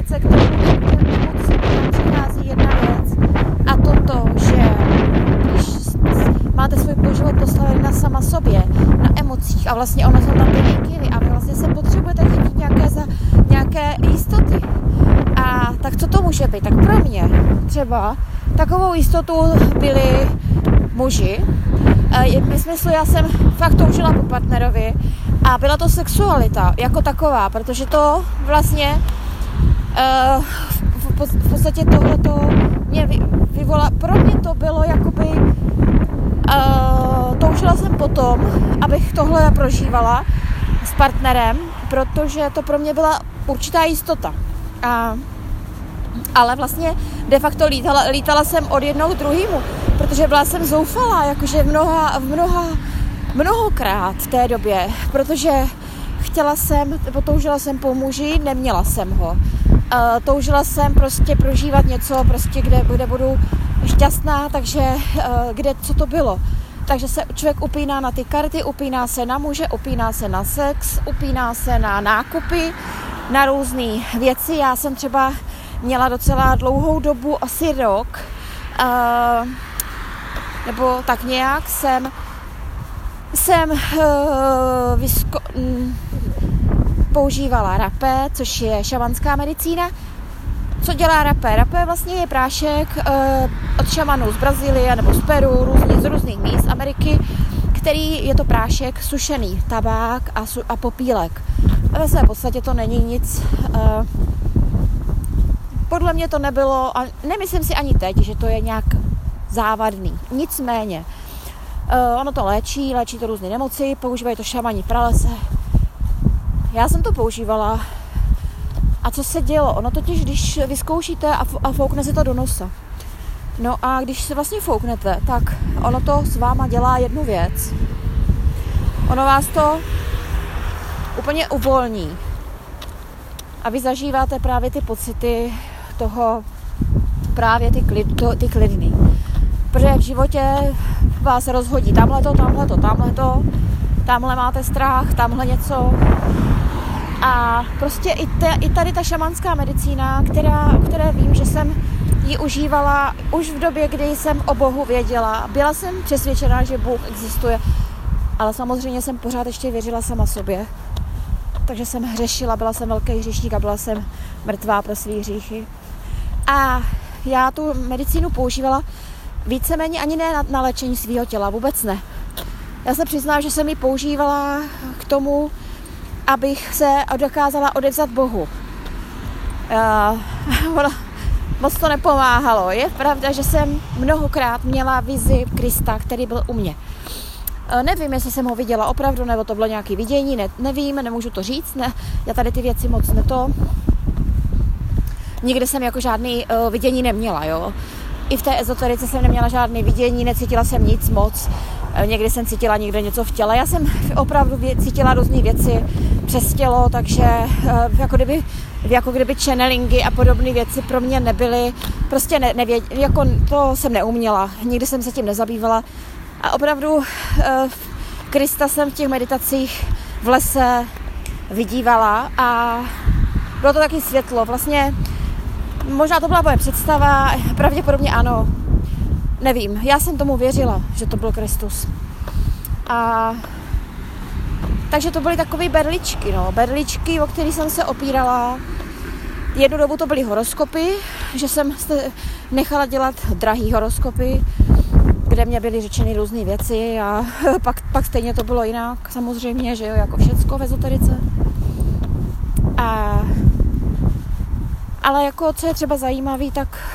se k tomu přichází jedna věc a že když máte svůj život postavený na sama sobě, na emocích a vlastně ono jsou tam ty výkyvy a vy vlastně se potřebujete chytit nějaké jistoty. A tak co to může být? Tak pro mě třeba takovou jistotu byli muži. V smyslu, já jsem fakt toužila po partnerovi a byla to sexualita jako taková, protože to vlastně v podstatě tohleto mě vyvolá. Pro mě to bylo jakoby toužila jsem potom, abych tohle prožívala s partnerem, protože to pro mě byla určitá jistota. Ale vlastně de facto lítala jsem od jednoho k druhému, protože byla jsem zoufalá, jakože mnohokrát v té době, protože toužila jsem po muži, neměla jsem ho. Toužila jsem prostě prožívat něco, prostě kde budu šťastná, takže co to bylo. Takže se člověk upíná na ty karty, upíná se na muže, upíná se na sex, upíná se na nákupy, na různé věci. Já jsem třeba měla docela dlouhou dobu, asi rok, nebo tak nějak jsem používala rapé, což je šamanská medicína. Co dělá rapé? Rapé vlastně je prášek od šamanů z Brazílie nebo z Peru, z různých míst Ameriky, který je to prášek, sušený tabák a popílek. A ve své podstatě to není nic, podle mě to nebylo, a nemyslím si ani teď, že to je nějak závadný. Nicméně, ono to léčí to různé nemoci, používají to šamani v pralese. Já jsem to používala. A co se dělo? Ono totiž, když vyzkoušíte a foukne se to do nosa. No a když se vlastně fouknete, tak ono to s váma dělá jednu věc. Ono vás to úplně uvolní. A vy zažíváte právě ty pocity toho, právě ty klidný. Protože v životě vás rozhodí tamhleto, tamhle máte strach, tamhle něco. A prostě i tady ta šamanská medicína, o které vím, že jsem ji užívala už v době, kdy jsem o Bohu věděla. Byla jsem přesvědčená, že Bůh existuje, ale samozřejmě jsem pořád ještě věřila sama sobě. Takže jsem hřešila, byla jsem velký hříšník a byla jsem mrtvá pro svý hříchy. A já tu medicínu používala víceméně ani ne na léčení svého těla, vůbec ne. Já se přiznám, že jsem ji používala k tomu, abych se dokázala odevzat Bohu. Moc to nepomáhalo. Je pravda, že jsem mnohokrát měla vizi Krista, který byl u mě. Nevím, jestli jsem ho viděla opravdu, nebo to bylo nějaké vidění, nevím, nemůžu to říct. Ne, já tady ty věci moc nikdy jsem jako žádný vidění neměla, jo. I v té ezoterice jsem neměla žádný vidění, necítila jsem nic moc. Někdy jsem cítila někde něco v těle. Já jsem opravdu cítila různé věci přes tělo, takže jako kdyby channelingy a podobné věci pro mě nebyly. Prostě jako to jsem neuměla. Nikdy jsem se tím nezabývala. A opravdu Krista jsem v těch meditacích v lese vidívala a bylo to taky světlo. Vlastně možná to byla moje představa, pravděpodobně ano. Nevím, já jsem tomu věřila, že to byl Kristus. Takže to byly takové berličky, o které jsem se opírala. Jednu dobu to byly horoskopy, že jsem nechala dělat drahý horoskopy, kde mě byly řečeny různé věci a pak stejně to bylo jinak, samozřejmě, že jo, jako všecko v ezoterice. Ale jako, co je třeba zajímavý,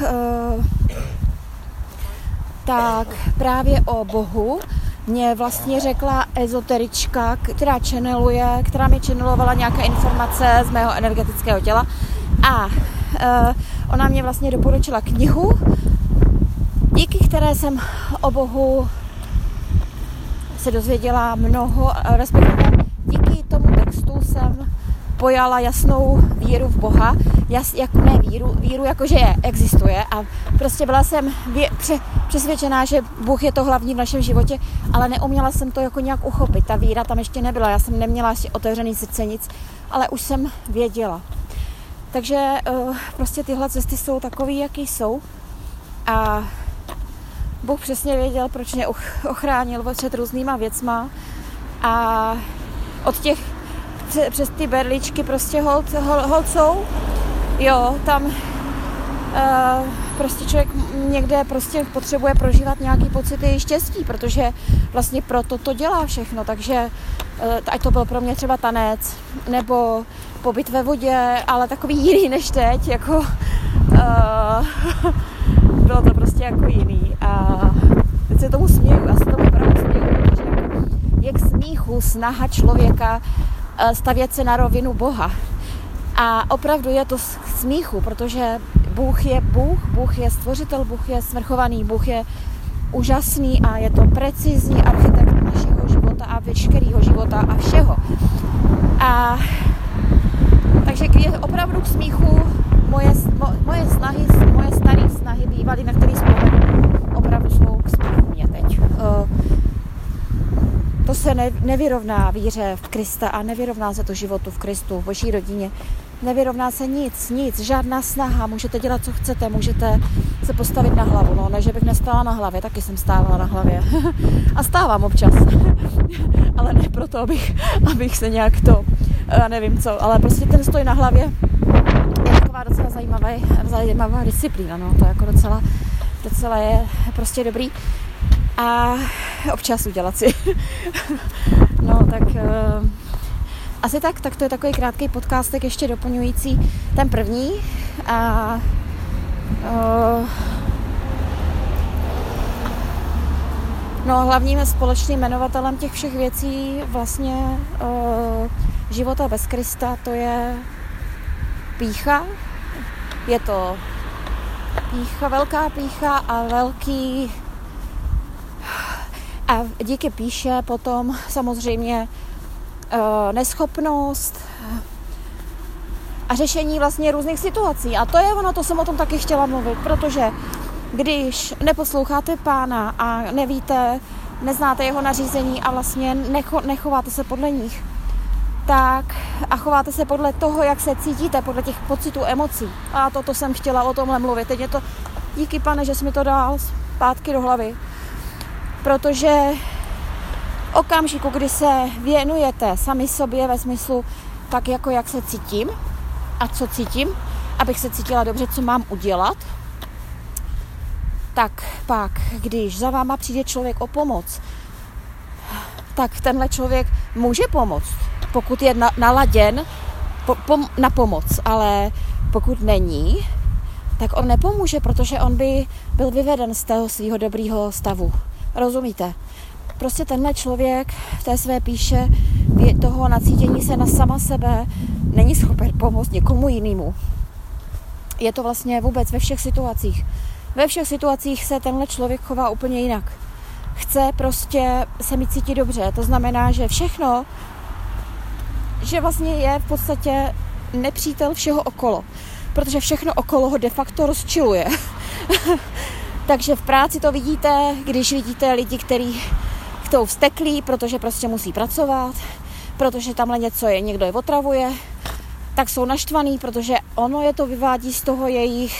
tak právě o Bohu mě vlastně řekla ezoterička, která mi channelovala nějaké informace z mého energetického těla a ona mě vlastně doporučila knihu, díky které jsem o Bohu se dozvěděla mnoho, respektive díky tomu textu jsem pojala jasnou víru v Boha, víru jakože existuje a prostě byla jsem přesvědčená, že Bůh je to hlavní v našem životě, ale neuměla jsem to jako nějak uchopit, ta víra tam ještě nebyla, já jsem neměla ještě otevřený srdce nic, ale už jsem věděla. Takže prostě tyhle cesty jsou takový, jaký jsou. A Bůh přesně věděl, proč mě ochránil před různýma věcma. A od těch přes ty berličky prostě hold jsou. Jo, tam prostě člověk někde prostě potřebuje prožívat nějaký pocity štěstí, protože vlastně proto to dělá všechno. Takže ať to byl pro mě třeba tanec, nebo pobyt ve vodě, ale takový jiný než teď, jako bylo to prostě jako jiný. A teď se tomu směju, já se tomu opravdu směju, protože je k smíchu snaha člověka stavět se na rovinu Boha. A opravdu je to k smíchu, protože Bůh je Bůh, Bůh je stvořitel, Bůh je svrchovaný, Bůh je úžasný a je to precizní architekt našeho života a veškerého života a všeho. A takže je opravdu k smíchu moje staré snahy bývaly, na které vzpomenu, opravdu jsou k smíchu mě teď. To se nevyrovná víře v Krista a nevyrovná se to životu v Kristu, v Boží rodině. Nevyrovná se nic, žádná snaha, můžete dělat, co chcete, můžete se postavit na hlavu, no, ne, že bych nestála na hlavě, taky jsem stávala na hlavě a stávám občas, ale ne proto, abych se nějak nevím co, ale prostě ten stoj na hlavě je taková docela zajímavá disciplína, no, to jako docela je prostě dobrý a občas udělat si, no, tak... Asi tak to je takový krátký podcastek ještě doplňující ten první a hlavním společným jmenovatelem těch všech věcí vlastně života bez Krista, to je pýcha. Je to pýcha, velká pýcha a díky pýše potom samozřejmě neschopnost a řešení vlastně různých situací. A to je ono, to jsem o tom taky chtěla mluvit, protože když neposloucháte Pána a neznáte jeho nařízení a vlastně nechováte se podle nich, tak a chováte se podle toho, jak se cítíte, podle těch pocitů, emocí. A toto jsem chtěla o tomhle mluvit. Teď je to, díky Pane, že jsi mi to dal zpátky do hlavy. Protože okamžiku, kdy se věnujete sami sobě ve smyslu tak jako jak se cítím a co cítím, abych se cítila dobře, co mám udělat, tak pak, když za váma přijde člověk o pomoc, tak tenhle člověk může pomoct, pokud je naladěn na pomoc, ale pokud není, tak on nepomůže, protože on by byl vyveden z toho svého dobrýho stavu. Rozumíte? Prostě tenhle člověk v té své píše toho nacítění se na sama sebe není schopen pomoct někomu jinému. Je to vlastně vůbec ve všech situacích. Ve všech situacích se tenhle člověk chová úplně jinak. Chce prostě se mi cítit dobře. To znamená, že všechno, že vlastně je v podstatě nepřítel všeho okolo. Protože všechno okolo ho de facto rozčiluje. Takže v práci to vidíte, když vidíte lidi, kteří jsou vzteklí, protože prostě musí pracovat, protože tamhle něco někdo je otravuje, tak jsou naštvaný, protože ono je to vyvádí z toho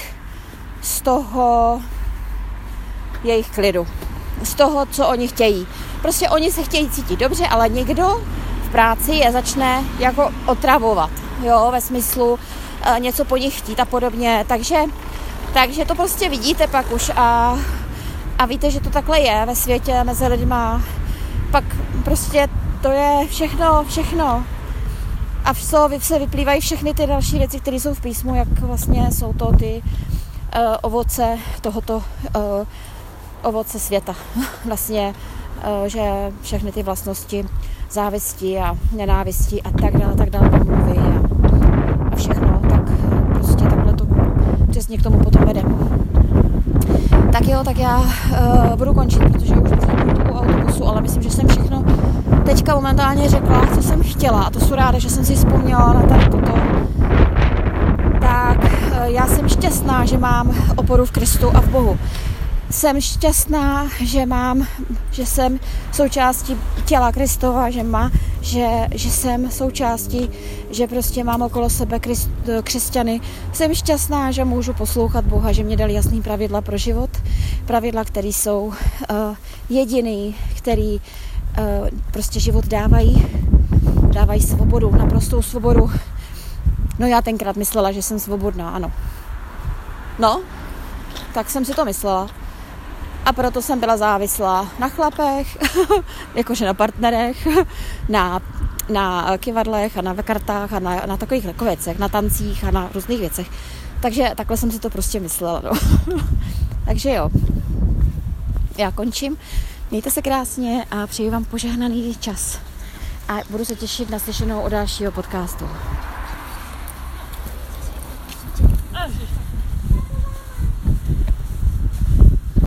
jejich klidu, z toho, co oni chtějí. Prostě oni se chtějí cítit dobře, ale někdo v práci je začne jako otravovat, jo, ve smyslu něco po nich chtít a podobně, takže to prostě vidíte pak už a víte, že to takhle je ve světě mezi lidma. Pak prostě to je všechno. A se vyplývají všechny ty další věci, které jsou v písmu, jak vlastně jsou to ty ovoce tohoto ovoce světa. Vlastně, že všechny ty vlastnosti závisti a nenávisti a tak dále pomluvy a všechno, tak prostě takhle to přesně k tomu potom vede. Tak jo, tak já budu končit, protože už přijdu u autobusu, ale myslím, že jsem všechno teďka momentálně řekla, co jsem chtěla a to jsou ráda, že jsem si vzpomněla na tady toto. Tak já jsem šťastná, že mám oporu v Kristu a v Bohu. jsem šťastná, že jsem součástí těla Kristova, že jsem součástí, že prostě mám okolo sebe křesťany. Jsem šťastná, že můžu poslouchat Boha, že mě dal jasný pravidla pro život. Pravidla, které jsou jediný, který prostě život dávají svobodu, naprostou svobodu. No já tenkrát myslela, že jsem svobodná, ano. No, tak jsem si to myslela. A proto jsem byla závislá na chlapech, jakože na partnerech, na kivadlech a na kartách a na takových věcech, na tancích a na různých věcech. Takže takhle jsem si to prostě myslela. No. Takže jo, já končím. Mějte se krásně a přeji vám požehnaný čas. A budu se těšit na slyšenou od dalšího podcastu.